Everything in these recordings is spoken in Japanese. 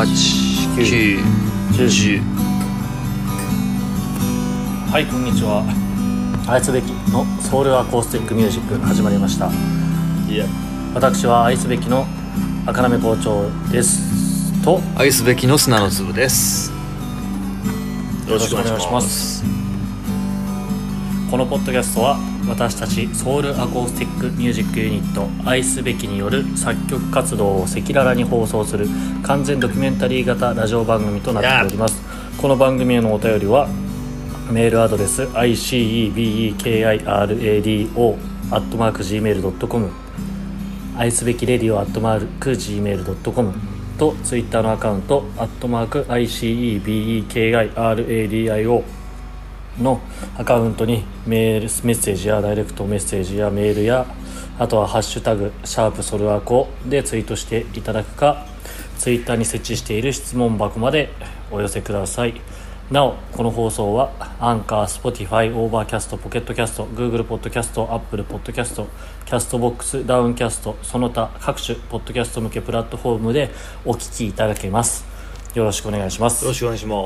8、9、10。 はい、こんにちは。愛すべきのソウルアコースティックミュージック始まりました。私は愛すべきの赤なめ校長ですと、 愛すべきの砂の粒です。 よろしくお願いします。このポッドキャストは私たちソウルアコースティックミュージックユニット愛すべきによる作曲活動を赤裸々に放送する完全ドキュメンタリー型ラジオ番組となっております。この番組へのお便りはメールアドレス icebekiradio@gmail.com 愛すべきレディオ @gmail.com とツイッターのアカウント @icebekiradio のアカウントにメッセージやダイレクトメッセージやメールや、あとはハッシュタグ#ソルアコでツイートしていただくか、ツイッターに設置している質問箱までお寄せください。なおこの放送はアンカー、スポティファイ、オーバーキャスト、ポケットキャスト、Google ポッドキャスト、Apple ポッドキャスト、キャストボックス、ダウンキャスト、その他各種ポッドキャスト向けプラットフォームでお聞きいただけます。よろしくお願いします。 よろしくお願いします。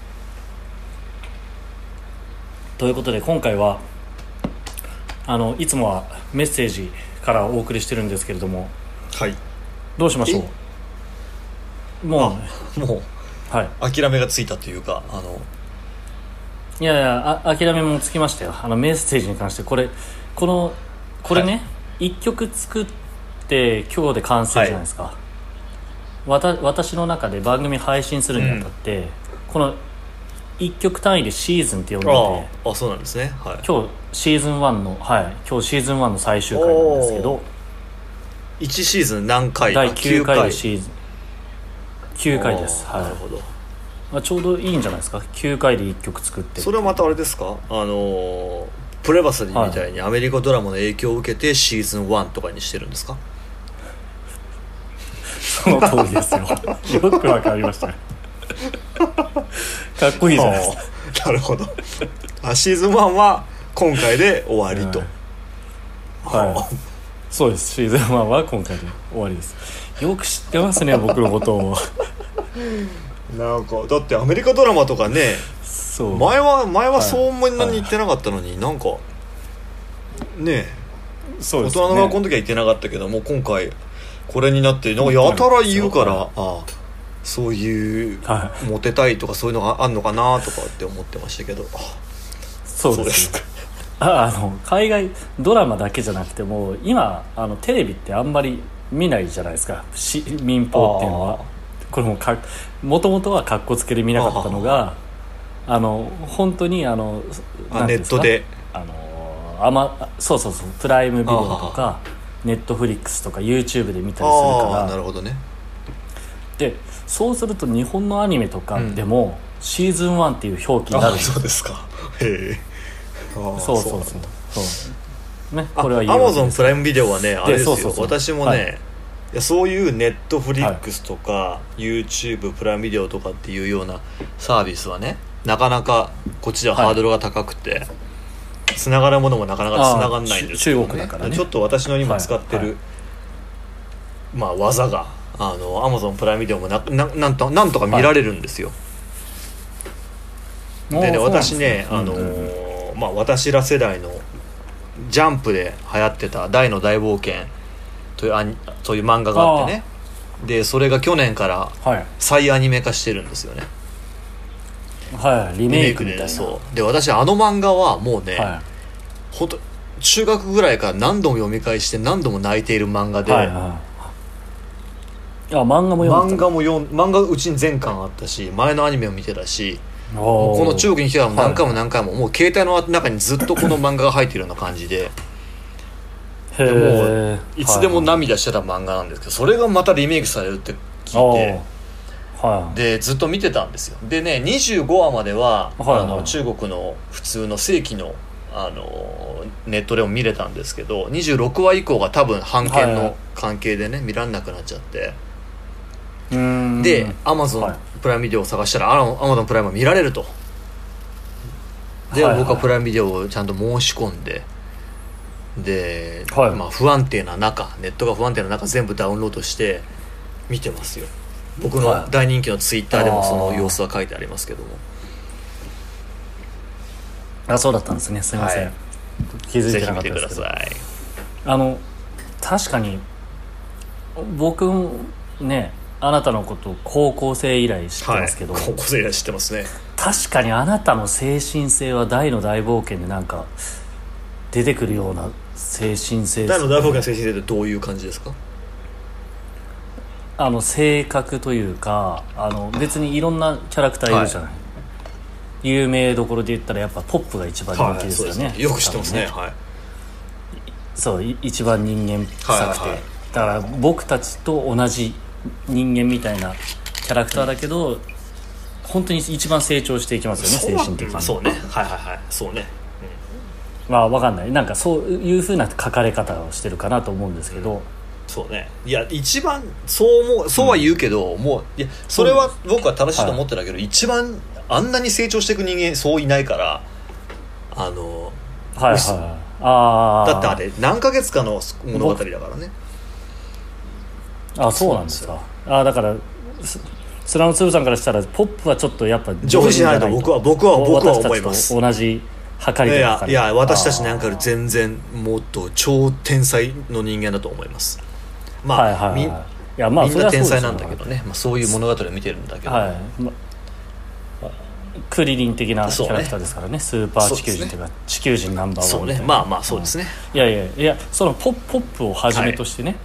ということで今回はいつもはメッセージからお送りしてるんですけれども、 はい、 どうしましょう。もうはい、 諦めがついたというか、 いや諦めもつきましたよ。メッセージに関してこれね、はい、1曲作って今日で完成じゃないですか、はい、私の中で番組配信するにあたって、この1曲単位でシーズンって呼んでて、 そうなんですね、はい、 今日シーズン1の、今日シーズン1の最終回なんですけど、 1シーズン何回？ 第9回でシーズン9回です。 なるほど。 ちょうどいいんじゃないですか。9回で1曲作って。 それはまたあれですか、プレバスリーみたいにアメリカドラマの影響を受けてシーズン1とかにしてるんですか？ その通りですよ。よくわかりましたね。かっこいいじゃないですか。 なるほど。シーズン1は今回で終わりと、 そうです。シーズン1は今回で終わりです。よく知ってますね、僕のことを。 なんかだってアメリカドラマとかね、前はそうもんなに言ってなかったのに、なんかね、 そうですね、 大人の学校の時は言ってなかったけども、今回これになってなんかやたら言うから、そういうモテたいとかそういうのがあんのかなとかって思ってましたけど、 そうです海外ドラマだけじゃなくても今テレビってあんまり見ないじゃないですか、民放っていうのは。これもともとはカッコつけで見なかったのが、本当にネットでそうプライムビデオとかネットフリックスとか YouTube で見たりするから。 なるほどね。 でそうすると日本のアニメとかでも、シーズン1っていう表記になるんです。 そうですか。へえ。 そうね、これは Amazon プライムビデオはね、あれですよ。私もね、そういうネットフリックスとか、YouTube プライムビデオとかっていうようなサービスはね、なかなかこっちではハードルが高くて、つながるものもなかなかつながんないんですけど、 中国だからね。 ちょっと私の今使ってる、技がAmazon プライムビデオもなんとか見られるんですよ。でね、私ね、私ら世代のジャンプで流行ってた大の大冒険というそういう漫画があってね、でそれが去年から再アニメ化してるんですよね。 リメイクみたいな。 そうで、私漫画はもうね、本当中学ぐらいから何度も読み返して何度も泣いている漫画で、漫画うちに全巻あったし、前のアニメを見てたし、この中国に来てからも何回も何回も、もう携帯の中にずっとこの漫画が入ってるような感じで、もういつでも涙してた漫画なんですけど、それがまたリメイクされるって聞いて、でずっと見てたんですよ。でね、25話までは、中国の普通の正規のネットでも見れたんですけど、26話以降が多分版権の関係でね、見られなくなっちゃって、で Amazon プライムビデオを探したら Amazon プライムは見られると。で、僕はプライムビデオをちゃんと申し込んで、で、不安定な中、ネットが不安定な中全部ダウンロードして見てますよ。 僕の大人気のツイッターでもその様子は書いてありますけども、 そうだったんですね。すみません、気づいてなかったですけど。 ぜひ見てください。 確かに僕ね、あなたのこと高校生以来知ってますけど、 高校生以来知ってますね。 確かにあなたの精神性は大の大冒険でなんか出てくるような精神性です、ね、 大の大冒険の精神性ってどういう感じですか？ 性格というか、別にいろんなキャラクターいるじゃない、有名どころで言ったらやっぱポップが一番人気ですよね、 よく知ってますね。 そう一番人間臭くて、だから僕たちと同じ人間みたいなキャラクターだけど、本当に一番成長していきますよね、精神的に。 そうね、そうね、 分かんない、なんかそういう風な書かれ方をしてるかなと思うんですけど、 そうね、いや一番そうは言うけど、もういやそれは僕は正しいと思ってたけど、一番あんなに成長していく人間そういないから、だってあれ何ヶ月かの物語だからね。 そうなんですか。だからスラムツーブさんからしたらポップはちょっとやっぱ上手じゃないと僕は思います。 同じ測りでいや私たちなんかより全然もっと超天才の人間だと思います。みんな天才なんだけどね、そういう物語を見てるんだけど、 クリリン的なキャラクターですからね、スーパー地球人というか地球人ナンバーワンそうね、そうですね。 いやそのポップをはじめとしてね、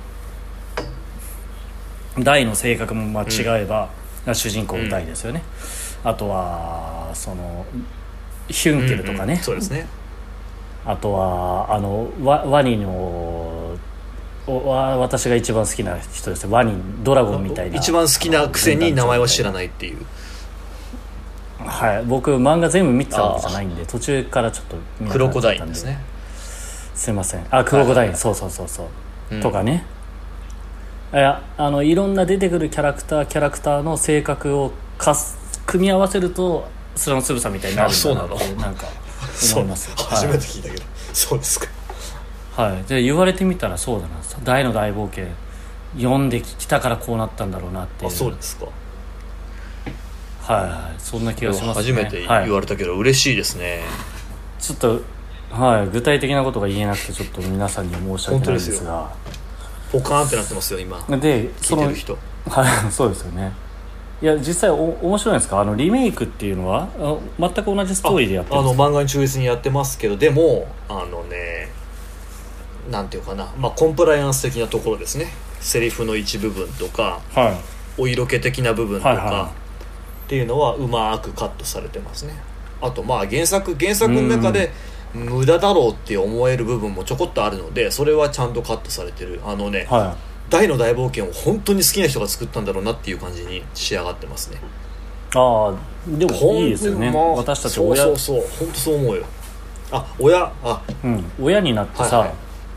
大の性格も違えば、主人公の大ですよね、あとはそのヒュンケルとかね、 そうですね。 あとはワニの私が一番好きな人ですね。ワニドラゴンみたいな一番好きなくせに名前は知らないっていう。 僕漫画全部見てたわけじゃないんで、途中からちょっとクロコダインですね。 すいません。クロコダイン、そう、とかね。いろんな出てくるキャラクターの性格を組み合わせるとスラムツブさんみたいになるんだなってなんか思います。 初めて聞いたけど、そうですか。 で言われてみたらそうだな、大の大冒険読んできたからこうなったんだろうなっていう。 そうですか。 そんな気がしますね。 初めて言われたけど、嬉しいですね。 ちょっと具体的なことが言えなくてちょっと皆さんに申し訳ないんですが、 ポカーンってなってますよ今で聞いてる人。 そうですよね。いや実際面白いんですか、リメイクっていうのは全く同じストーリーでやってるんですか？ 漫画に忠実にやってますけど、でもなんていうかな、コンプライアンス的なところですね。セリフの一部分とか、お色気的な部分とか、っていうのはうまくカットされてますね。あと原作の中で無駄だろうって思える部分もちょこっとあるので、それはちゃんとカットされてる。大の大冒険を本当に好きな人が作ったんだろうなっていう感じに仕上がってますね。 でもいいですよね。私たち親、 そう本当そう思うよ。 親になってさ、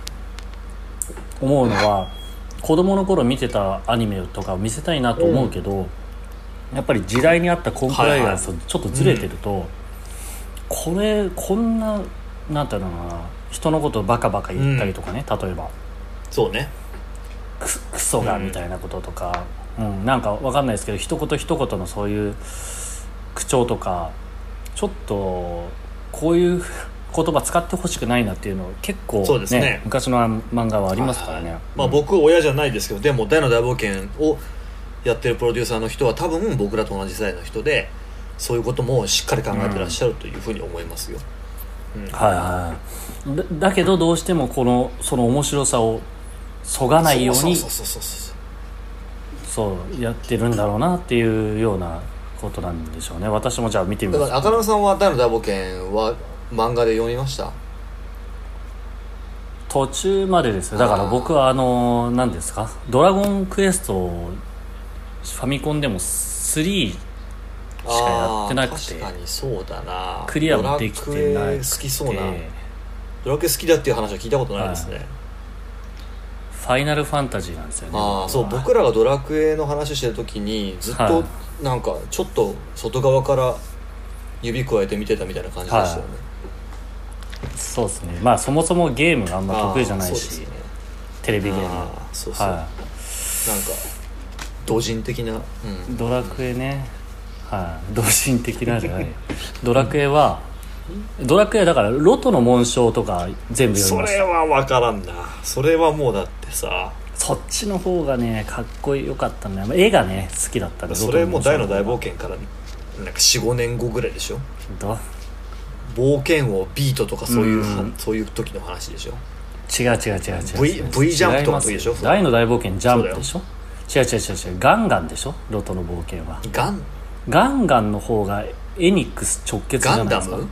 思うのは子供の頃見てたアニメとかを見せたいなと思うけど、やっぱり時代に合ったコンプライアンスとちょっとずれてると、こんななんていうのかな、人のことをバカバカ言ったりとかね、例えばそうね、 クソがみたいなこととか、なんかわかんないですけど一言一言のそういう口調とか、ちょっとこういう言葉使ってほしくないなっていうの結構、 そうですね、 昔の漫画はありますからね。 僕親じゃないですけど、でも大の大冒険をやってるプロデューサーの人は多分僕らと同じ世代の人で、そういうこともしっかり考えてらっしゃるというふうに思いますよ。 だけどどうしてもその面白さをそがないようにそうやってるんだろうなっていうようなことなんでしょうね。私もじゃあ見てみます。 赤野さんは大の大冒険は漫画で読みました？ 途中までですよ。だから僕は何ですか、ドラゴンクエストファミコンでも3しかやってなくて、 確かにそうだな、 クリアもできてなくて。 ドラクエ好きそうな、ドラクエ好きだっていう話は聞いたことないですね。 ファイナルファンタジーなんですよね。 そう、僕らがドラクエの話してる時にずっとなんかちょっと外側から指加えて見てたみたいな感じでしたよね。 そうですね。そもそもゲームがあんま得意じゃないし、テレビゲーム。 なんか同人的な、 ドラクエね、同人的なじゃないドラクエはだからロトの紋章とか全部読みました。 それは分からんな。それはもうだってさ、 そっちの方がねかっこよかったんだよ。絵がね好きだったんで。 それもう大の大冒険からなんか 4,5 年後ぐらいでしょ。冒険王ビートとかそういう、そういう時の話でしょ。 違う V ジャンプとかの時でしょ。 大の大冒険ジャンプでしょ。違うガンガンでしょ。ロトの冒険はガンガンの方がエニックス直結じゃないですか。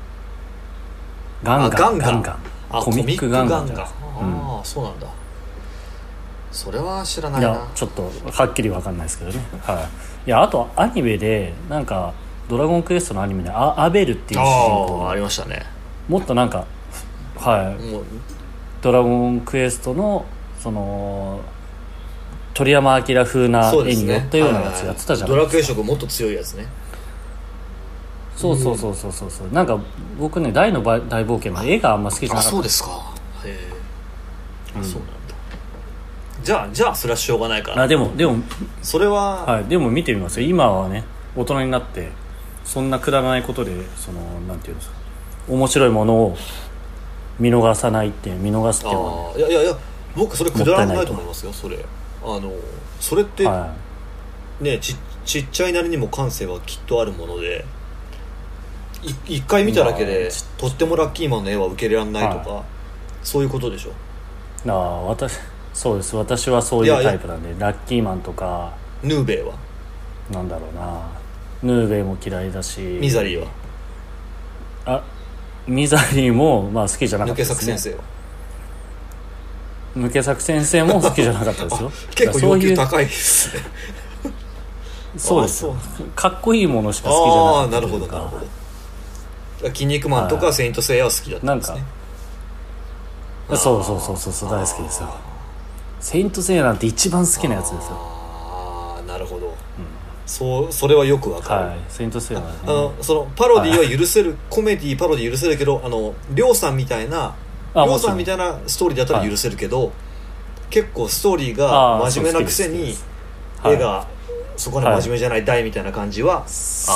ガンガンコミックガンガンじゃないですか。 ああ、そうなんだ。それは知らないな。 いやちょっとはっきり分かんないですけどね。いやあとアニメでなんかドラゴンクエストのアニメでアベルっていう主人公ありましたね。 もっとなんかもうドラゴンクエストのその鳥山明風な絵に寄ったようなやつやってたじゃないですか。 ドラクエ色もっと強いやつね。 そうなんか僕ね大の大冒険は絵があんま好きじゃなかった。 そうですか。へえ、そうなんだ。じゃあそれはしょうがないから。 でもそれは、 でも見てみますよ。今はね大人になってそんなくだらないことでそのなんていうんですか、面白いものを見逃すっていうのは、 いや僕それくだらないと思いますよ。それそれって、ね、ちっちゃいなりにも感性はきっとあるもので、一回見ただけでとってもラッキーマンの絵は受け入れられないとか、そういうことでしょ。 そうです。私はそういうタイプなんで。ラッキーマンとかヌーベイはなんだろうな、ヌーベイも嫌いだし、 ミザリーはミザリーもまあ好きじゃなかったですね。 抜け作先生は抜け作先生も好きじゃなかったですよ結構要求高いですね。 そうですよ。かっこいいものしか好きじゃなかった。 なるほど。筋肉マンとかセイントセイヤは好きだったんですね。 そう大好きですよ。セイントセイヤなんて一番好きなやつですよ。 なるほど、それはよくわかる。 セイントセイヤはね、 そのパロディは許せる、コメディパロディ許せるけど、りょうさんみたいなストーリーだったら許せるけど、結構ストーリーが真面目なくせに絵がそこまで真面目じゃない大みたいな感じは、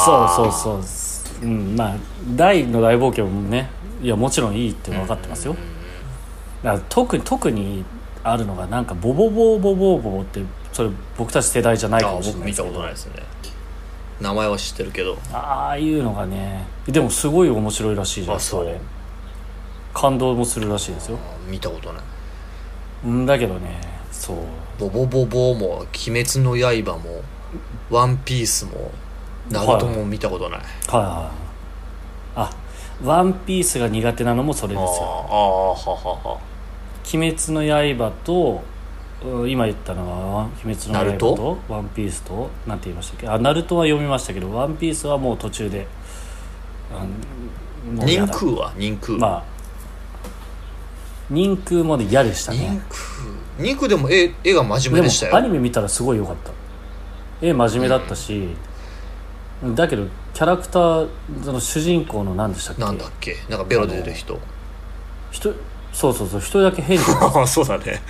まあ大の大冒険もね、いやもちろんいいって分かってますよ。だから特にあるのがなんかボボって、それ僕たち世代じゃないかもしれないですけど、 僕見たことないですね。名前は知ってるけど、 ああいうのがね、でもすごい面白いらしいじゃないですか。感動もするらしいですよ。 見たことない。 だけどね、そうボボも鬼滅の刃もワンピースもナルトも見たことない。 ワンピースが苦手なのもそれですよ。鬼滅の刃と今言ったのは鬼滅の刃とワンピースとなんて言いましたっけ。ナルトは読みましたけど、ワンピースはもう途中で人空まあ人空まで嫌でしたね。 人空でも絵が真面目でしたよ。 でもアニメ見たらすごい良かった。絵真面目だったし、だけどキャラクターの主人公の何でしたっけ、 なんだっけ、なんかベロ出る人そう一人だけ変なそうだね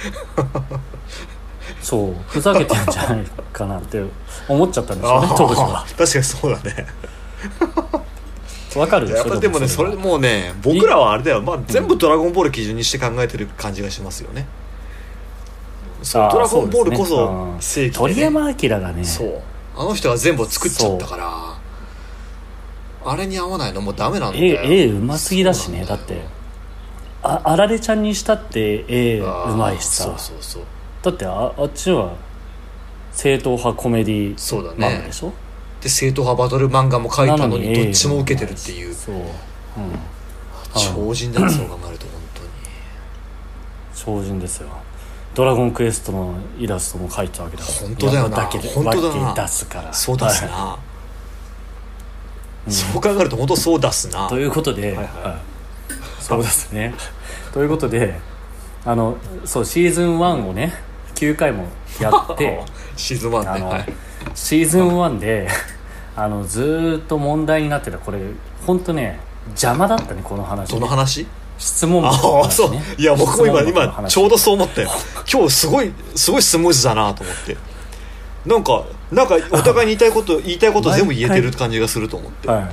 そうふざけてんじゃないかなって思っちゃったんですよね、当時は。 確かにそうだね。 わかる。 やっぱでもね、それもうね、僕らはあれだよ、全部ドラゴンボール基準にして考えてる感じがしますよね。ドラゴンボールこそ正規で、ね、 鳥山明がね、 そうあの人が全部作っちゃったから、あれに合わないのもうダメなんだよ。 絵うますぎだしね。だってあられちゃんにしたって絵うまいしさ。 そうだってあっちは正統派コメディ漫画でしょ。 で正統派バトル漫画も描いたのにどっちも受けてるっていう。超人だよ、そう考えると本当に超人ですよ。ドラゴンクエストのイラストも描いたわけだ。 本当だよな。 本当だな。出すから。 そう出すな。そう考えると本当そう出すな。 ということで、そうですね。ということで、そうシーズン1をね9回もやってシーズン1ね、 シーズン1でずっと問題になってた、これ本当ね邪魔だったね、この話。 どの話？ 質問の話ね。 いや僕も今ちょうどそう思ったよ。今日すごいスムーズだなと思って。 なんかお互いに言いたいこと全部言えてる感じがすると思って、 はい、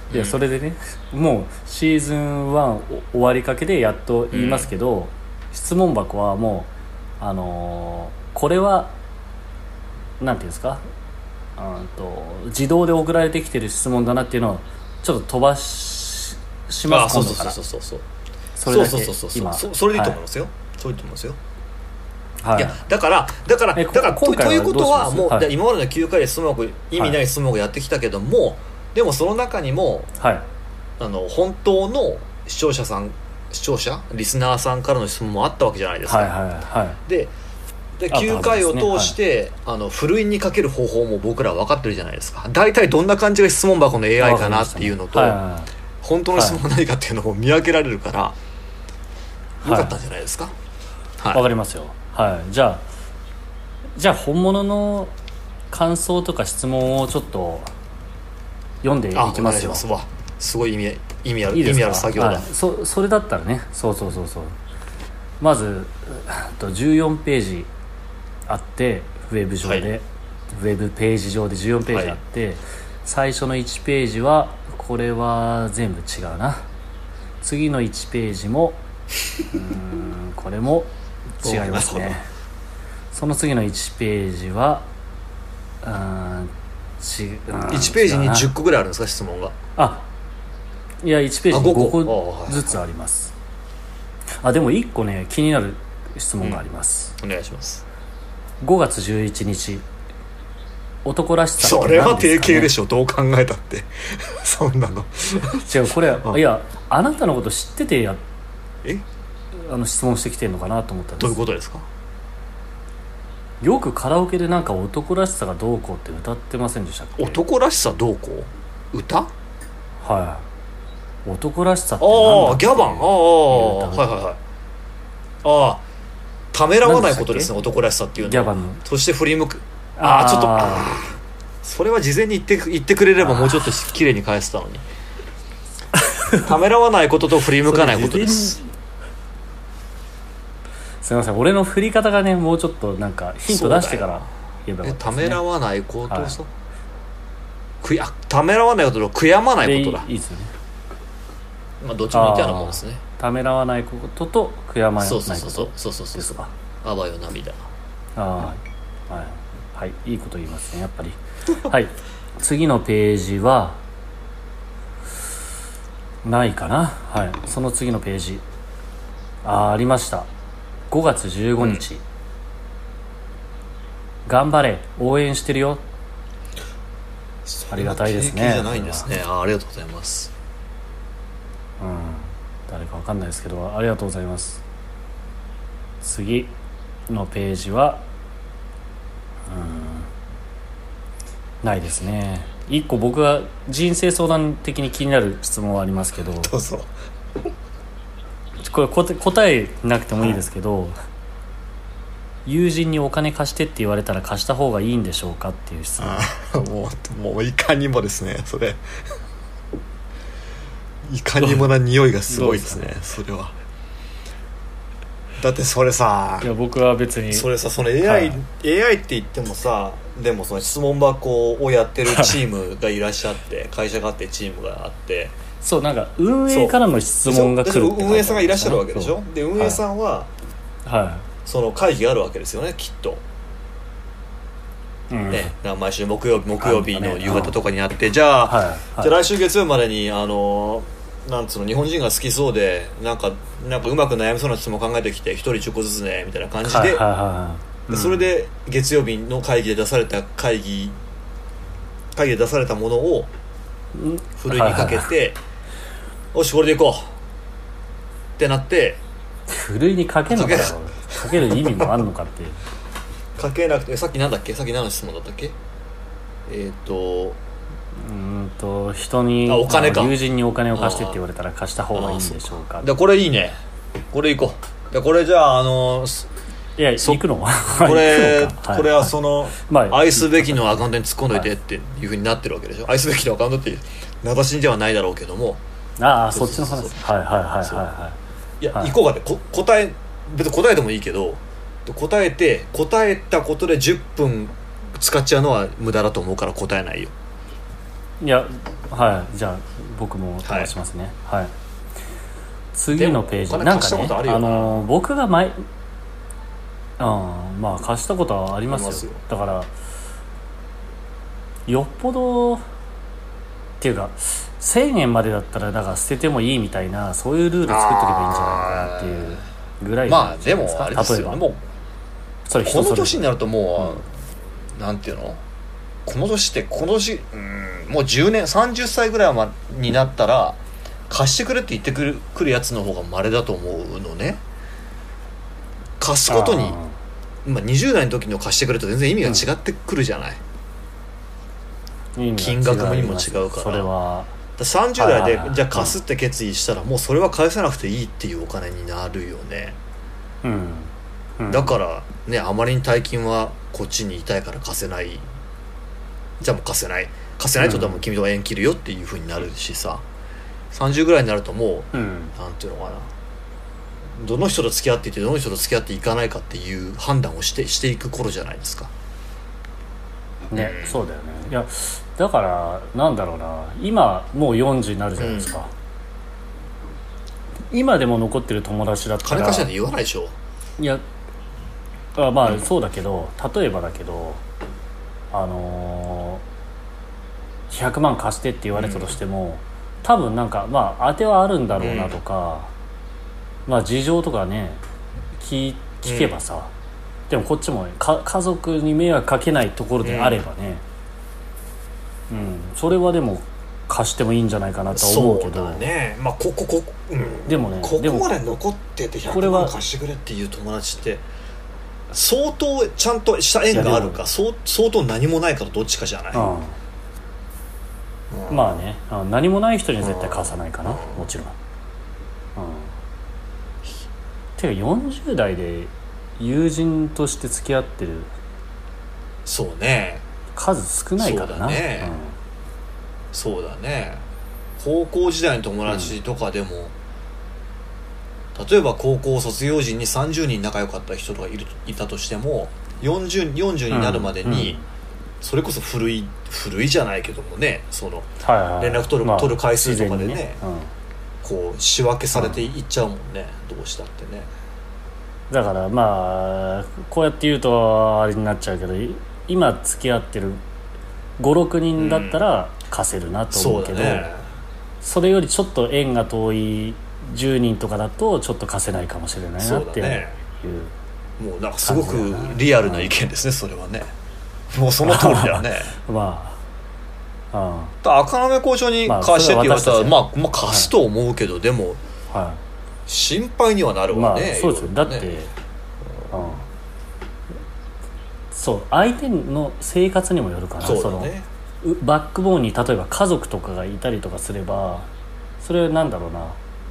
いやそれでね、もうシーズン1終わりかけでやっと言いますけど、質問箱はもうこれはなんていうんですか、自動で送られてきてる質問だなっていうのをちょっと飛ばします。今度からそれだけ今それでいいと思いますよ、そういいと思いますよ。 はい、 いやだからということはもう、はい、今までの9回で質問箱意味ない質問箱やってきたけども、はい、でもその中にも、はい、本当の視聴者リスナーさんからの質問もあったわけじゃないですか、はいはいはい、で9回を通して、はい、ふるいにかける方法も僕らは分かってるじゃないですか。大体どんな感じが質問箱の AI かなっていうのと、はいはいはい、本当の質問は何かっていうのを見分けられるから、はい、よかったんじゃないですか。 はい、分かりますよ。はい、じゃあ本物の感想とか質問をちょっと読んでいきますよ。 すごい意味ある作業だ、はい、 それだったらね、そうまず14ページあって、ウェブ上で、はい、ウェブページ上で14ページあって、はい、最初の1ページはこれは全部違うな、次の1ページもこれも違いますね。その次の1ページは 1ページに10個ぐらいあるんですか、質問が。 いや1ページに5個ずつあります。でも1個ね気になる質問があります、 お願いします。 5月11日男らしさって何ですかね。それは定型でしょ、どう考えたってそんなの違う、これいやあなたのこと知ってて質問してきてるのかなと思ったんです。 どういうことですか。 よくカラオケでなんか男らしさがどうこうって歌ってませんでしたっけ。 男らしさどうこう歌、 はい、男らしさってなんだっけ。 ギャバン、はいためらわないことですね、男らしさっていうのは。 ギャバンのそして振り向く、ちょっとそれは事前に言ってくれればもうちょっと綺麗に返せたのにためらわないことと振り向かないことです。 すみません、俺の振り方がねもうちょっとなんかヒント出してから言えばよかったですね。 ためらわないこと、はい、ためらわないことと悔やまないことだ。 いいですよね。 どっちも似たようなもんですね。 ためらわないことと悔やまないことですか。あばよ涙。 はい、いいこと言いますねやっぱりはい次のページはないかな。はい、その次のページありました。5月15日、頑張れ応援してるよ。ありがたいですね。 じゃないんですね。ありがとうございます。 誰かわかんないですけどありがとうございます。次のページはないですね。1個僕が人生相談的に気になる質問はありますけど、 どうぞ。 これ答えなくてもいいですけど、友人にお金貸してって言われたら貸した方がいいんでしょうかっていう質問。 もういかにもですね、それいかにもな匂いがすごいですね。それはだってそれさ、 いや僕は別にそれさ、その AI って言ってもさ、でもその質問箱をやってるチームがいらっしゃって会社があってチームがあって、 そうなんか運営からの質問が来るって、 運営さんがいらっしゃるわけでしょ。で運営さんは、その会議があるわけですよね、きっと、ね、毎週木曜日の夕方とかにあって、じゃあ来週月曜日までになんつうの、日本人が好きそうでなんかうまく悩みそうな質問考えてきて1人10個ずつねみたいな感じで、それで月曜日の会議で出されたものをふるいにかけて、よしこれでいこうってなって、 ふるいにかけるのかかける意味もあるのかってかけなくて、さっき何の質問だったっけ。 人にお金か、 友人にお金を貸してって言われたら貸した方がいいんでしょうか。 これいいね、これいこう。これじゃあいや行くのこれはその、愛すべきのアカウントに突っ込んどいてっていう風になってるわけでしょ。愛すべきのアカウントって名指しではないだろうけども、 そっちの話。いや、 行こうかって、別に答えでもいいけど、 答えたことで10分使っちゃうのは無駄だと思うから答えないよ。 いや、はいじゃあ僕も飛ばしますね。はい、次のページなんかね、僕がまあ貸したことはありますよ。だからよっぽどっていうか1000円までだったらだから捨ててもいいみたいな、そういうルール作っとけばいいんじゃないかなっていうぐらい。 まあでもあれですよね、もうそれこの年になるともう、なんていうの、この年ってもう10年30歳ぐらいになったら貸してくれって言ってくるやつの方が稀だと思うのね。貸すことに20代の時の貸してくれと全然意味が違ってくるじゃない、金額にも違うから。 それは 30代でじゃあ貸すって決意したらもうそれは返さなくていいっていうお金になるよね。だからね、あまりに大金はこっちにいたいから貸せない、じゃあもう貸せないと多分君とは縁切るよっていう風になるしさ、30ぐらいになるともう、なんていうのかな、どの人と付き合っていてどの人と付き合っていかないかっていう判断をしていく頃じゃないですかね。そうだよね。いやだからなんだろうな、今もう40になるじゃないですか、今でも残ってる友達だったら金貸しなんて言わないでしょ。 いやまあそうだけど、例えばだけど100万貸してって言われたとしても、多分なんかまあ当てはあるんだろうなとか、まあ事情とかね聞けばさ、でもこっちも、ね、家族に迷惑かけないところであればね、それはでも貸してもいいんじゃないかなと思うけど。 そうだね。まあでもね、 ここまで残ってて100万貸してくれっていう友達って相当ちゃんとした縁があるか、相当何もないかとどっちかじゃない。 まあね、何もない人には絶対貸さないかな、もちろん。てか40代で友人として付き合ってる、 そうね、 数少ないからな。 そうだね。高校時代の友達とかでも、例えば高校卒業時に30人仲良かった人がいたとしても 40になるまでに、それこそ古いじゃないけどもね、その連絡取る回数とかでね、こう仕分けされていっちゃうもんね、どうしたってね。 だからまあこうやって言うとあれになっちゃうけど、今付き合ってる 5,6 人だったら貸せるなと思うけど、それよりちょっと縁が遠い10人とかだとちょっと貸せないかもしれないなっていう、 もうなんかすごくリアルな意見ですね、それはね。もうその通りだよね。赤なめ校長に貸してって言われたら、まあ貸すと思うけど、でも、心配にはなるわね。 そうですよ。だって、そう相手の生活にもよるから、 そうだね。 バックボーンに例えば家族とかがいたりとかすれば、それなんだろうな、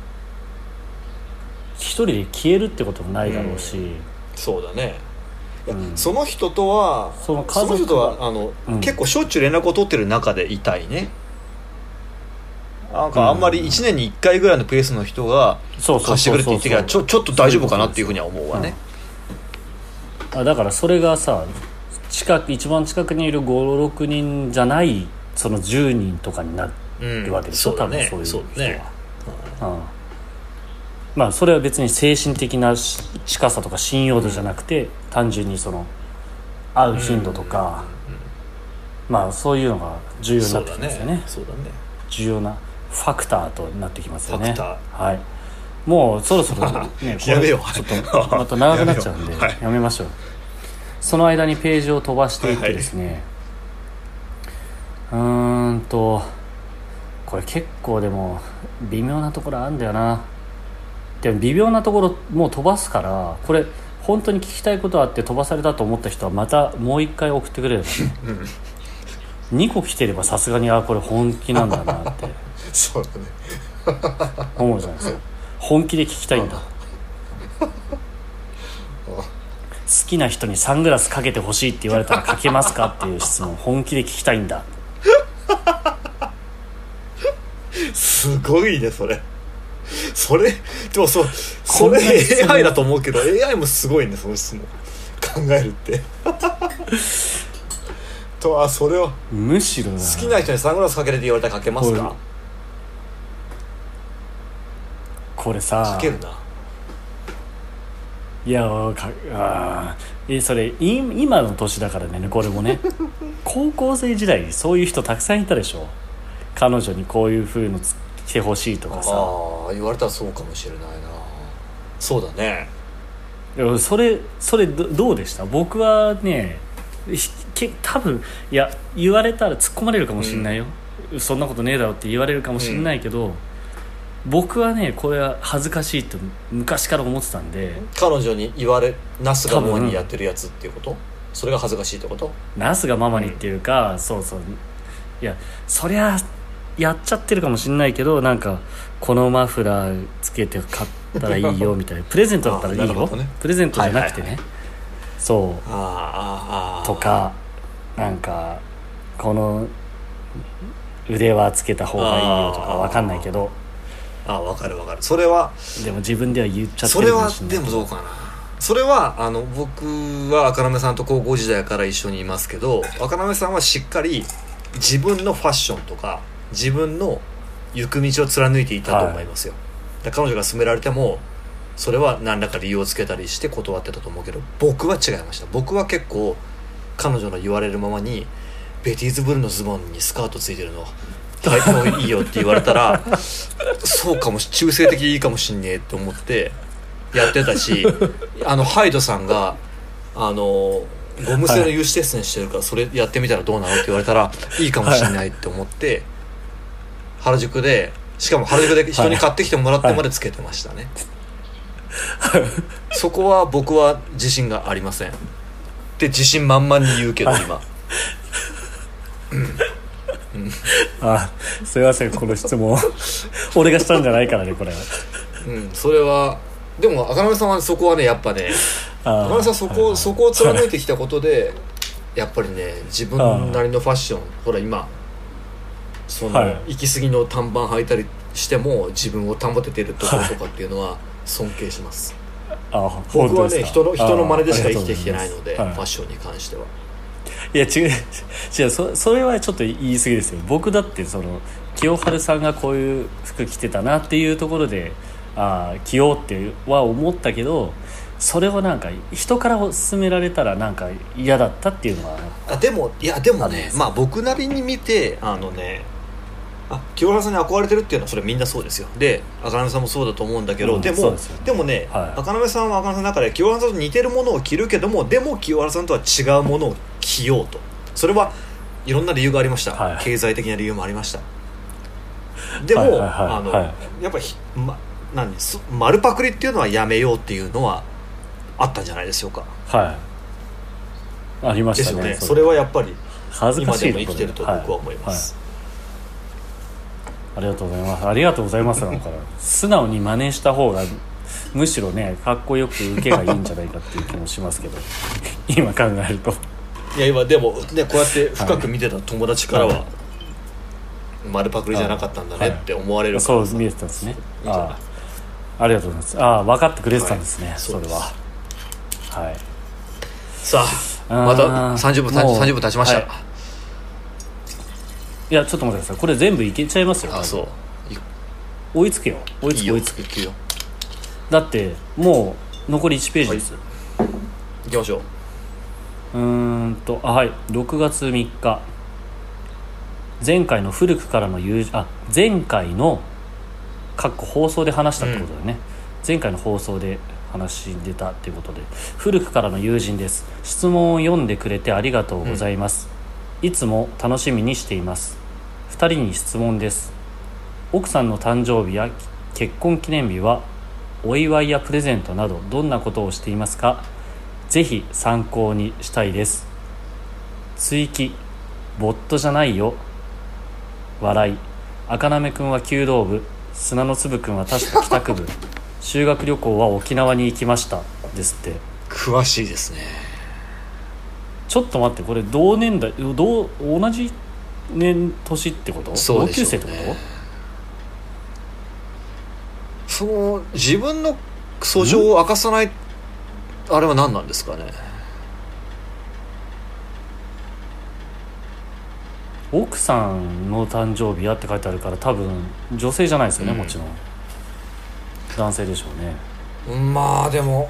一人で消えるってこともないだろうし、 そうだね。その人とは結構しょっちゅう連絡を取ってる中でいたいね。なんかあんまり1年に1回ぐらいのペースの人が貸してくれって言ってきたらちょっと大丈夫かなっていうふうには思うわね。 だからそれがさ、一番近くにいる 5,6 人じゃないその10人とかになるわけでしょ、多分そういう人は。まあそれは別に精神的な近さとか信用度じゃなくて、単純にその会う頻度とか、まあそういうのが重要になってきますよね。重要なファクターとなってきますよね。はい。もうそろそろね、 やめよう。 ちょっとまた長くなっちゃうんでやめましょう。その間にページを飛ばしていってですね、これ結構でも微妙なところあるんだよな。でも微妙なところもう飛ばすから、これ本当に聞きたいことあって飛ばされたと思った人はまたもう一回送ってくれればね2個来てればさすがにこれ本気なんだなってそうだね思うじゃないですか。本気で聞きたいんだ好きな人にサングラスかけてほしいって言われたらかけますかっていう質問本気で聞きたいんだすごいねそれそれでもそれ AI だと思うけど AI もすごいね、その質問考えるってとそれをむしろ好きな人にサングラスかけれって言われたらかけますか？ これさかけるな。 いやそれ今の年だからね、これもね高校生時代そういう人たくさんいたでしょ。彼女にこういう風の着てほしいとかさ。 言われたらそうかもしれないな。そうだね。 でもそれどうでした？僕はね多分いや言われたら突っ込まれるかもしれないよ、そんなことねえだろって言われるかもしれないけど、僕はねこれは恥ずかしいって昔から思ってたんで。 彼女に言われナスがママにやってるやつっていうこと？それが恥ずかしいってこと？ ナスがママにっていうか、そういやそりゃやっちゃってるかもしれないけど、なんかこのマフラーつけて買ったらいいよみたいなプレゼントだったらいいよ、ね、プレゼントじゃなくてね、そうとか、なんかこの腕はつけた方がいいよとかわかんないけど、 わかるそれはでも自分では言っちゃってるかもしれない。 それはでもどうかな。それは僕は赤目さんと高校時代から一緒にいますけど、赤目さんはしっかり自分のファッションとか自分の行く道を貫いていたと思いますよ、だから彼女が勧められてもそれは何らか理由をつけたりして断ってたと思うけど、僕は違いました。僕は結構彼女の言われるままにベティーズブルーのズボンにスカートついてるの大体いいよって言われたらそうかも中性的でいいかもしんねえって思ってやってたしハイドさんがゴム製の有刺鉄線してるからそれやってみたらどうなのって言われたらいいかもしんないって思って原宿で、しかも原宿で人に買ってきてもらってまでつけてましたね、そこは僕は自信がありませんって自信満々に言うけど今すいませんこの質問俺がしたんじゃないからねこれは。 それはでも赤目さんはそこはねやっぱね、赤目さんそこを貫いてきたことでやっぱりね自分なりのファッション、ほら今行き過ぎの短パン履いたりしても自分を保ててるところとかっていうのは尊敬します、僕はね人の真似でしか生きてきてないので、ファッションに関しては。 いや違うそれはちょっと言い過ぎですよ。僕だって清春さんがこういう服着てたなっていうところで着ようっては思ったけど、それをなんか人から勧められたらなんか嫌だったっていうのはでもね、僕なりに見て清原さんに憧れてるっていうのはそれみんなそうですよ。で赤目さんもそうだと思うんだけど、でもね、赤目さんは赤目さんの中で清原さんと似てるものを着るけども、でも清原さんとは違うものを着ようと。それはいろんな理由がありました、経済的な理由もありました。でも、やっぱり丸パクリっていうのはやめようっていうのはあったんじゃないでしょうか。 ありましたね。 ですよね。それはやっぱり今でも生きてると僕は思います、 ありがとうございます。ありがとうございますだから素直に真似した方がむしろねかっこよく受けがいいんじゃないかっていう気もしますけど今考えると。 いや今でもねこうやって深く見てた友達からは、丸パクリじゃなかったんだねって思われるから、 そう見えてたんですね。ありがとうございます。分かってくれてたんですね、それは。 さあまた30分経ちました、いやちょっと待ってください、これ全部いけちゃいますよ。 そう追いつくよ。追いつくよ。だってもう残り1ページです、 いきましょう。 6月3日前回の古くからの前回の放送で話したってことでね、前回の放送で話出たっていうことで、古くからの友人です。質問を読んでくれてありがとうございます、いつも楽しみにしています。2人に質問です。奥さんの誕生日や結婚記念日はお祝いやプレゼントなどどんなことをしていますか？ぜひ参考にしたいです。追記ボットじゃないよ笑い。赤なめくんは弓道部、砂の粒くんは確か帰宅部修学旅行は沖縄に行きましたですって。 詳しいですね。 ちょっと待って、これ同年代同じ年ってこと？ そうでしょうね。 同級生ってこと？ その自分の訴状を明かさないあれは何なんですかね。 奥さんの誕生日やって書いてあるから多分女性じゃないですよね、もちろん男性でしょうね。 まあでも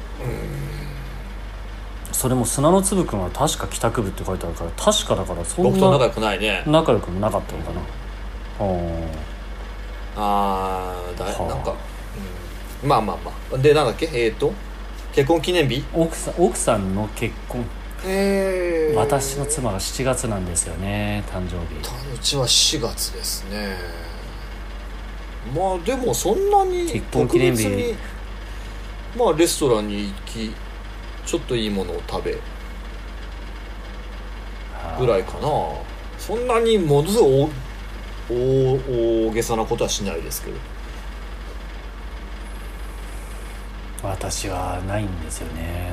それも砂の粒くんは確か帰宅部って書いてあるから確かだからそんな僕と仲良くないね。 仲良くもなかったのかな。 なんか、まあまあまあでなんだっけ結婚記念日奥さんの結婚私の妻が7月なんですよね誕生日。 うちは4月ですね。まあでもそんなに結婚記念日特別にまあレストランに行きちょっといいものを食べぐらいかな。そんなにものすごい大げさなことはしないですけど。 私はないんですよね。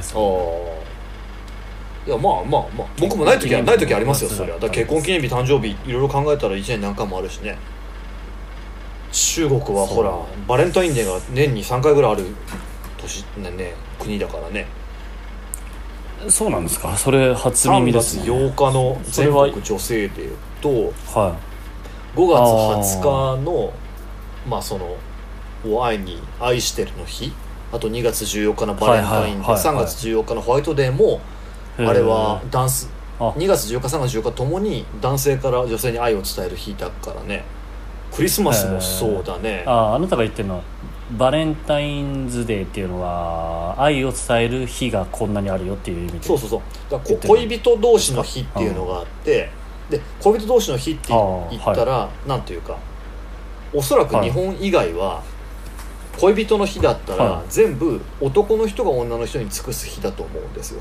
いやまあ僕もない時はない時ありますよ。それはだから結婚記念日誕生日いろいろ考えたら1年何回もあるしね。中国はほらバレンタインデーが年に3回ぐらいある国だからね。 そうなんですか。それ初耳ですね。 3月8日の全国女性デーと、5月20日のまあその愛してるの日、あと2月14日のバレンタインデー、3月14日のホワイトデーもあれは2月14日3月14日ともに男性から女性に愛を伝える日だからね。クリスマスもそうだね。 あなたが言ってるのはバレンタインズデーっていうのは愛を伝える日がこんなにあるよっていう意味で。 そうだから恋人同士の日っていうのがあって、で恋人同士の日って言ったら、なんていうかおそらく日本以外は恋人の日だったら全部男の人が女の人に尽くす日だと思うんですよ。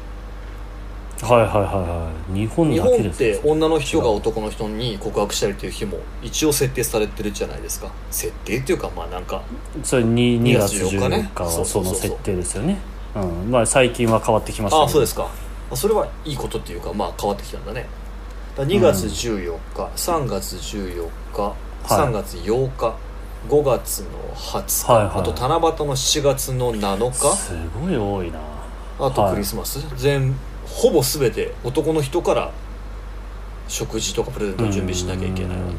日本だけです。 日本って女の人が男の人に告白したりっていう日も一応設定されてるじゃないですか。設定っていうかまあなんかそれ2月14日はその設定ですよね。まあ最近は変わってきましたけど。 そうですか。それはいいことっていうかまあ変わってきたんだね。2月14日、3月14日、3月8日、5月の20日、あと七夕の7月の7日、 すごい多いな。 あとクリスマス、ほぼ全て男の人から食事とかプレゼントを準備しなきゃいけないわね。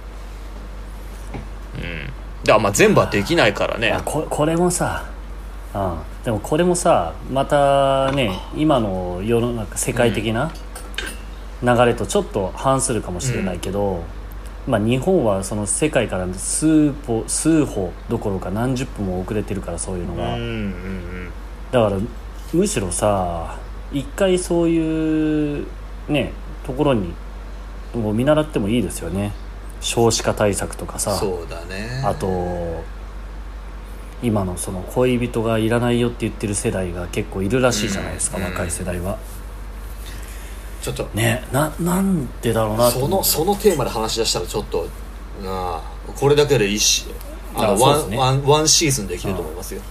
だからまあ全部はできないからね。 これもさ、でもこれもさまたね今の世の中世界的な流れとちょっと反するかもしれないけど、まあ、日本はその世界から数歩どころか何十分も遅れてるからそういうのが、だからむしろさ一回そういうねところにもう見習ってもいいですよね。少子化対策とかさ。 そうだね。 あと今のその恋人がいらないよって言ってる世代が結構いるらしいじゃないですか、若い世代は。 ちょっとね、なんでだろうなと思って。 そのテーマで話し出したらちょっとこれだけでワンシーズンできると思いますよ。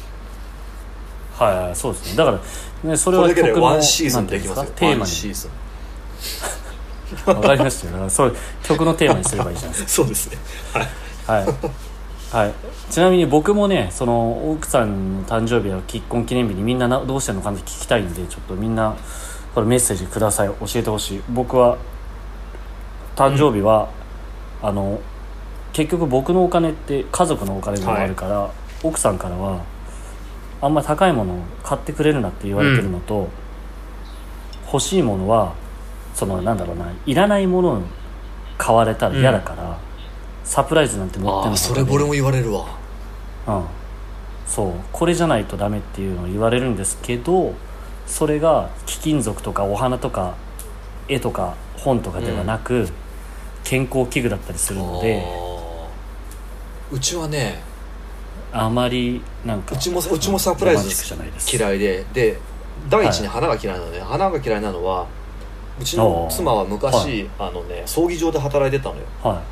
そうですね。だからね、それはこれだけでワンシーズンできますよ。 テーマにわかりましたよ。だからそう曲のテーマにすればいいじゃないですか。 そうですね。 はい。ちなみに僕もね、その奥さんの誕生日や結婚記念日にみんなどうしてるのかって聞きたいんで、ちょっとみんなこれメッセージください。教えてほしい。僕は誕生日は、結局僕のお金って家族のお金でもあるから、奥さんからはあんまり高いものを買ってくれるなって言われてるのと、欲しいものはそのなんだろうな、いらないものを買われたら嫌だから、サプライズなんて持ってんのか。 それ俺も言われるわ。 そうこれじゃないとダメっていうのを言われるんですけど、それが貴金属とかお花とか絵とか本とかではなく、健康器具だったりするので、 うちはねあまりなんかうちもサプライズ嫌いで第一に花が嫌いなので、花が嫌いなのはうちの妻は昔、葬儀場で働いてたのよ。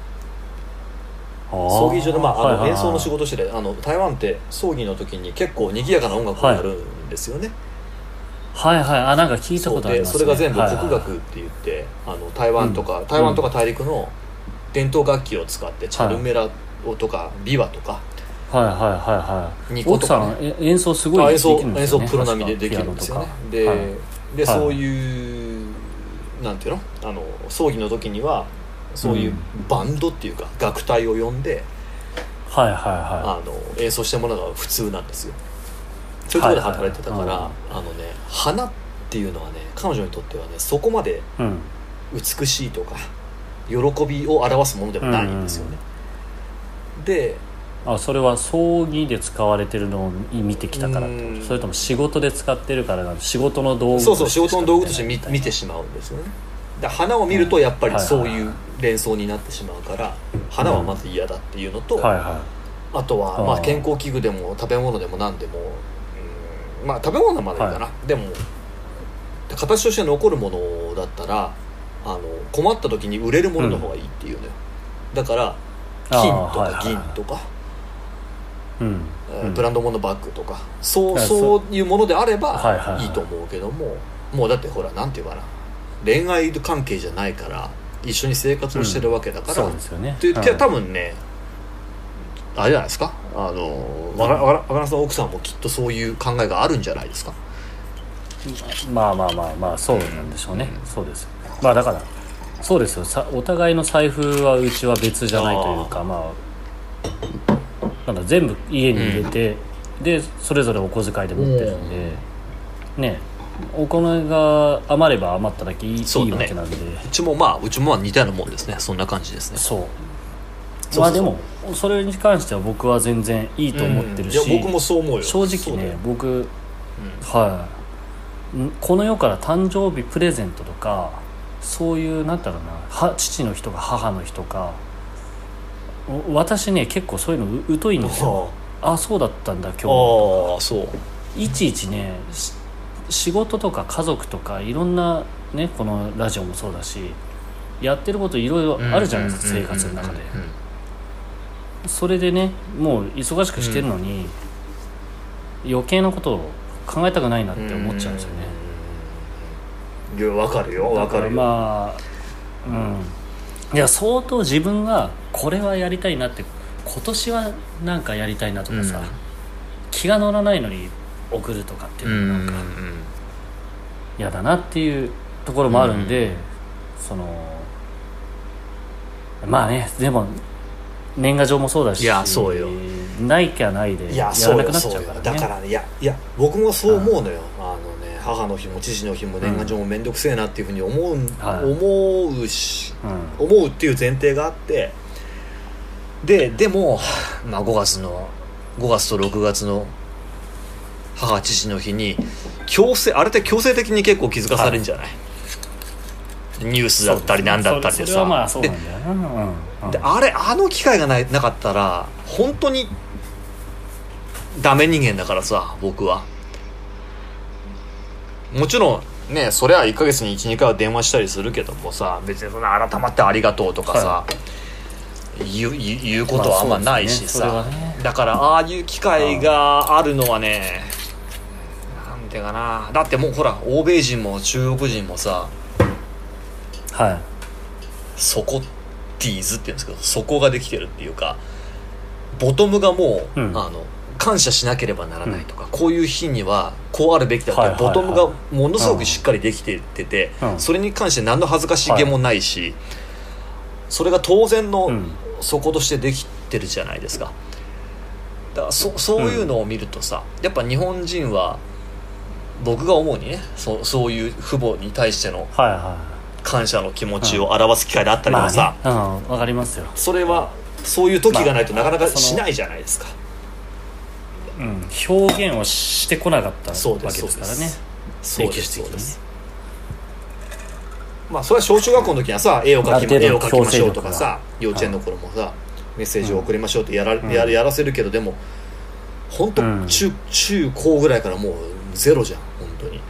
葬儀場で、演奏の仕事してて、台湾って葬儀の時に結構賑やかな音楽をやるんですよね。なんか聞いたことありますね。 それが全部国楽って言って、台湾とか大陸の伝統楽器を使ってチャルメラとかビワとかはいはいはいはい。 ニコとかね、 奥さん演奏すごいできるんですよね。 演奏プロ並みでできるんですよね。で、 はいでそういうなんていうの、葬儀の時にはそういうバンドっていうか楽隊を呼んで、 はいはいは演奏してもらうのが普通なんですよ。そういうところで働いてたから、花っていうのはね、彼女にとってはね、そこまで美しいとか喜びを表すものでもないんですよね。で、 それは葬儀で使われてるのを見てきたからってこと？それとも仕事で使ってるから仕事の道具として？ そう仕事の道具として見てしまうんですよね。で花を見るとやっぱりそういう連想になってしまうから、花はまず嫌だっていうのと、あとは健康器具でも食べ物でも何でも、食べ物はまだいいかな、でも形として残るものだったら困った時に売れるものの方がいいっていうのよ。だから金とか銀とか、ブランド物のバッグとかそういうものであればいいと思うけども、もうだってほらなんていうかな、恋愛関係じゃないから一緒に生活をしてるわけだから、 そうですよね。 で多分ね、あれじゃないですか、若菜さん奥さんもきっとそういう考えがあるんじゃないですか。 まあそうなんでしょうね。そうです。だからそうですよ。お互いの財布はうちは別じゃないというか、なんだ全部家に入れて、でそれぞれお小遣いで持ってるんで、ね、お金が余れば余っただけいいわけなんで、 うちも似たようなもんですね。そんな感じですね。 そうでもそれに関しては僕は全然いいと思ってるし、 いや僕もそう思うよ。 正直ね、僕、この世から誕生日プレゼントとかそういうなんだろうな、父の日とか母の日とか、私ね結構そういうの疎いんですよ。そうだったんだ今日とか、いちいちね、仕事とか家族とかいろんなね、このラジオもそうだしやってることいろいろあるじゃないですか、生活の中で。それでね、もう忙しくしてるのに、余計なことを考えたくないなって思っちゃうんですよね。 いや分かるよ。 いや相当自分がこれはやりたいなって、今年はなんかやりたいなとかさ、気が乗らないのに送るとかっていうのなんか嫌だなっていうところもあるんで、でも年賀状もそうだし、ないきゃないでやらなくなっちゃうからね。 だからね、いや僕もそう思うのよ。母の日も父の日も年賀状もめんどくせえなっていうふうに思うっていう前提があって、でも、5月と6月の母父の日にあれって強制的に結構気づかされるんじゃない？ニュースだったりなんだったりでさ。 それはそうなんだよな。 であの機会がなかったら本当にダメ人間だからさ、僕は。もちろんね、それは1ヶ月に 1,2 回は電話したりするけどもさ、別にそんな改まってありがとうとかさ、言うことはあんまないしさ、だからああいう機会があるのはね、なんていうかな、だってもうほら欧米人も中国人もさ、そこティーズって言うんですけど、底ができてるっていうか、ボトムがもう、感謝しなければならないとか、こういう日にはこうあるべきだって、ボトムがものすごくしっかりできてて、それに関して何の恥ずかしげもないし、それが当然の底としてできてるじゃないですか。だからそういうのを見るとさ、やっぱ日本人は僕が思うにね、そういう父母に対しての感謝の気持ちを表す機会であったりとかさ、 わかりますよ。 それはそういう時がないとなかなかしないじゃないですか。 表現をしてこなかったわけですからね。 歴史的にね。それは小中学校の時はさ、絵を描きましょうとかさ、幼稚園の頃もさ、メッセージを送りましょうってやらせるけど、でも本当、中高ぐらいからもうゼロじゃん、本当に。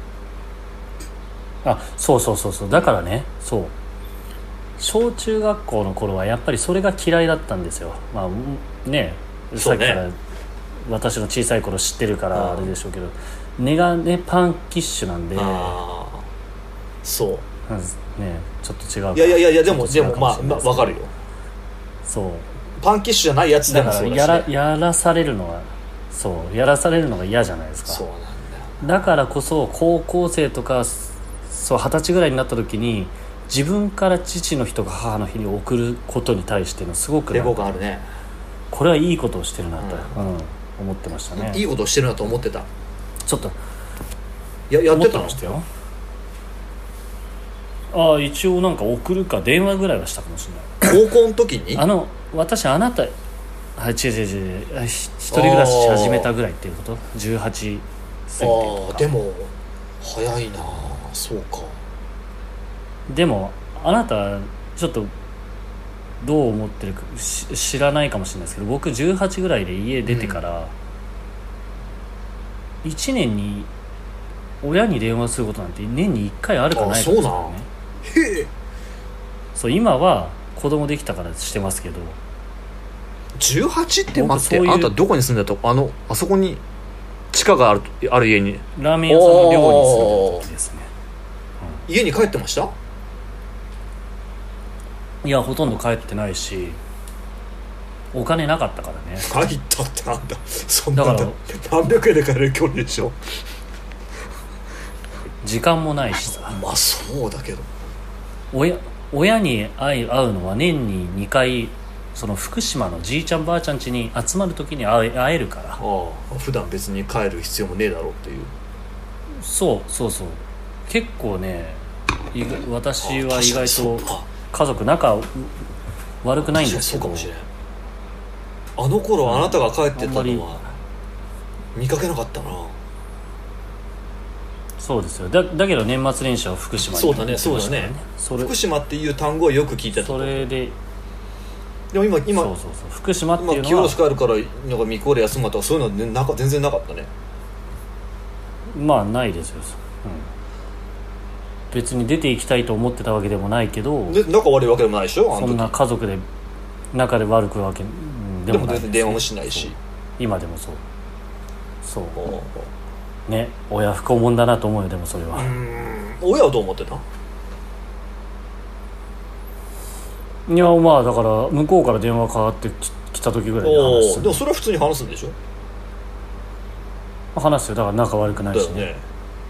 そうだからね、小中学校の頃はやっぱりそれが嫌いだったんですよ。さっきから私の小さい頃知ってるからあれでしょうけど、根がねパンキッシュなんで、ちょっと違う。 いやでも分かるよ。 パンキッシュじゃないやつでもそうだし、ね、 だからやらされるのが嫌じゃないですか。 そうなんだよ。 だからこそ高校生とかそう20歳ぐらいになった時に自分から父の日とか母の日に送ることに対してのすごく抵抗感あるね。 これはいいことをしてるなと、思ってましたね。 いいことをしてるなと思ってた。 ちょっとやって思ってたのましたよ。ああ一応なんか送るか電話ぐらいはしたかもしれない。 高校の時に私あなた違う一人暮らしし始めたぐらいっていうこと18過ぎてとか。 でも早いな。そうか。 でもあなたちょっとどう思ってるか知らないかもしれないですけど、僕18ぐらいで家出てから、1年に親に電話することなんて年に1回あるかないかですからね。 へえ。 そう今は子供できたからしてますけど。 18って待って、あなたどこに住んでた？あそこに地下がある家にラーメン屋さんの寮に住んでた時ですね、 家に帰ってました？ いやほとんど帰ってないしお金なかったからね。 帰ったってなんだ、そんなだから何百円で帰れる距離でしょ。 時間もないしさ。 まあそうだけど親に会うのは年に2回その福島のじいちゃんばあちゃん家に集まる時に会えるから。 普段別に帰る必要もねえだろうっていう。 そう結構ね私は意外と家族仲悪くないんですけど。 そうかもしれん。あの頃あなたが帰ってたのは見かけなかったな。 そうですよ。だけど年末年始は福島にそうだね福島っていう単語はよく聞いてた。 それでも今そう福島っていうのは今清し帰るからなんか三河で休むとかそういうのは全然なかったね。 まあないですよ、別に出ていきたいと思ってたわけでもないけど、 で仲悪いわけでもないでしょ。 そんな家族で仲で悪くわけでもないです。でも全然電話もしないし。 今でもそうね、親不孝者だなと思うよ。でもそれは親はどう思ってた？ いやまあだから向こうから電話かかってきた時ぐらいで話する。 でもそれは普通に話すんでしょ？ 話すよ。だから仲悪くないしね。 だよね。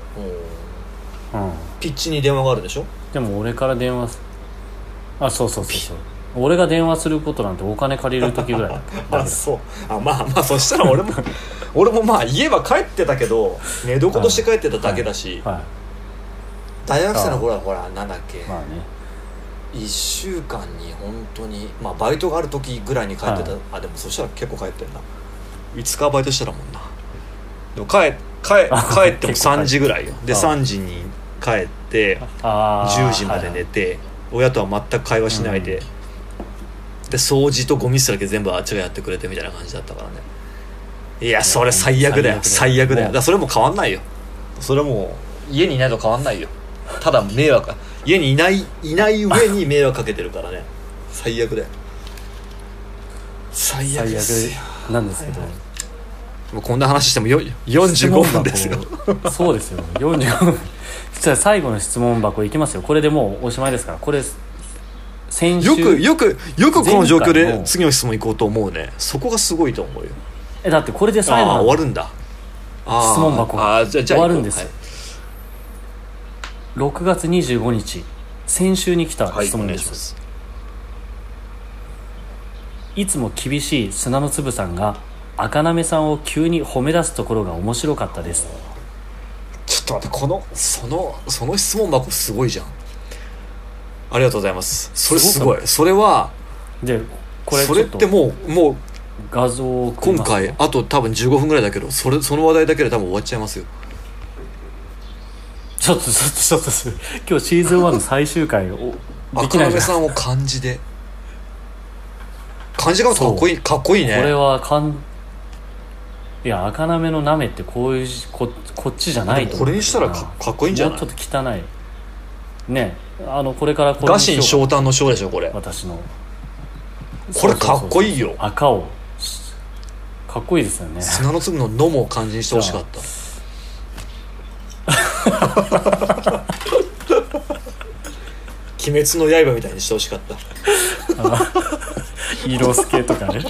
ピッチに電話があるでしょ？ でも俺から電話そう俺が電話することなんてお金借りる時ぐらいだそうまあそしたら俺もまあ家は帰ってたけど寝床として帰ってただけだし、大学生の頃はほらなんだっけ、 まあね、 1週間に本当にバイトがある時ぐらいに帰ってた、でもそしたら結構帰ってんな。5日バイトしてたもんな。でも帰っても3時ぐらいよ。で3時に帰って10時まで寝て、親とは全く会話しないで、で掃除とゴミ捨てだけ全部あっちがやってくれてみたいな感じだったからね。いやそれ最悪だよ。だからそれも変わんないよ。それも家にいないと変わんないよ。ただ迷惑、家にいない上に迷惑かけてるからね。最悪だよ。最悪ですよ。 なんですけど、 もうこんな話しても45分ですよ。 そうですよ45分。じゃあ最後の質問箱いきますよ。これでもうおしまいですから。これ先週よくこの状況で次の質問行こうと思うね。そこがすごいと思うよ。 だってこれで最後終わるんだ。 質問箱が終わるんですよ。 はい、 6月25日先週に来た質問です、いつも厳しい砂の粒さんが赤なめさんを急に褒め出すところが面白かったです。 ちょっと待って、その質問箱すごいじゃん。ありがとうございます。それすごい。それはでこれそれってもう画像を今回あと多分15分ぐらいだけど、その話題だけで多分終わっちゃいますよ。 ちょっと今日シーズン1の最終回をできないじゃん。 赤なめさんを漢字がかっこいいね。これはいや赤なめのなめってこういうこっちじゃないと思う。 これにしたらかっこいいんじゃない？ もうちょっと汚いね。これからこれガシン昇誕の章でしょこれ。 私のこれかっこいいよ。 赤をかっこいいですよね。 砂の粒ののも漢字にしてほしかった。鬼滅の刃みたいにしてほしかった。 色助とかね。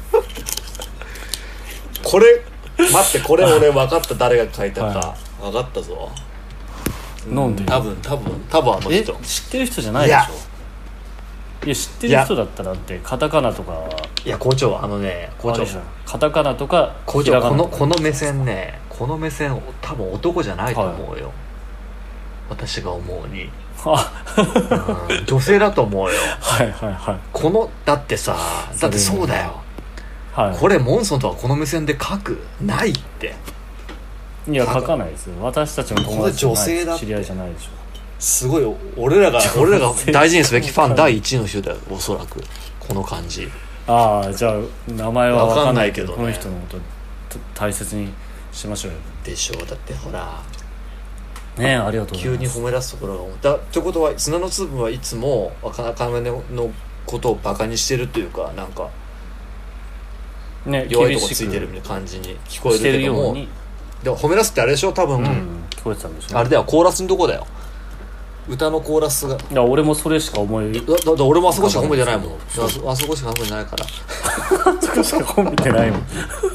これ待って、これ俺分かった。誰が書いたか、分かったぞ。 なんで？ 多分あの人。 知ってる人じゃないでしょ。いや知ってる人だったらってカタカナとか。 いや校長、校長、 カタカナとか校長、この目線ね、この目線多分男じゃないと思うよ、私が思うに。女性だと思うよ。 はいはいはい。 このだってさ、だってそうだよ、はい、これモンソンとはこの目線で書くないって。 いや書かないですよ。私たちの友達じゃない、知り合いじゃないでしょ。 すごい俺らが大事にすべきファン第一位の人だよ、おそらくこの感じ。 ああ、じゃあ名前は分かんないけど、 ね、 この人のこと大切にしましょうよ。 でしょう。だってほらね、ありがとうございます。 急に褒め出すところが思ったってことは、砂の粒はいつも赤目のことをバカにしてるというか、なんか、ね、弱いとこついてるみたいな感じに聞こえるけども、でも褒め出すってあれでしょ多分、 聞こえてたんでしょ、 あれだよ、コーラスのとこだよ、歌のコーラスが。 いや俺もそれしか思いだ俺もあそこしか褒めてないもん。あそこしか褒めてないからあそこしか褒めてないもん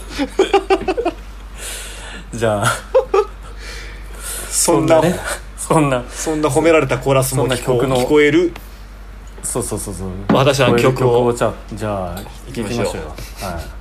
じゃあそんな褒められたコーラスも聞こえる。 そう私は曲をじゃあ行きましょうよ。はい。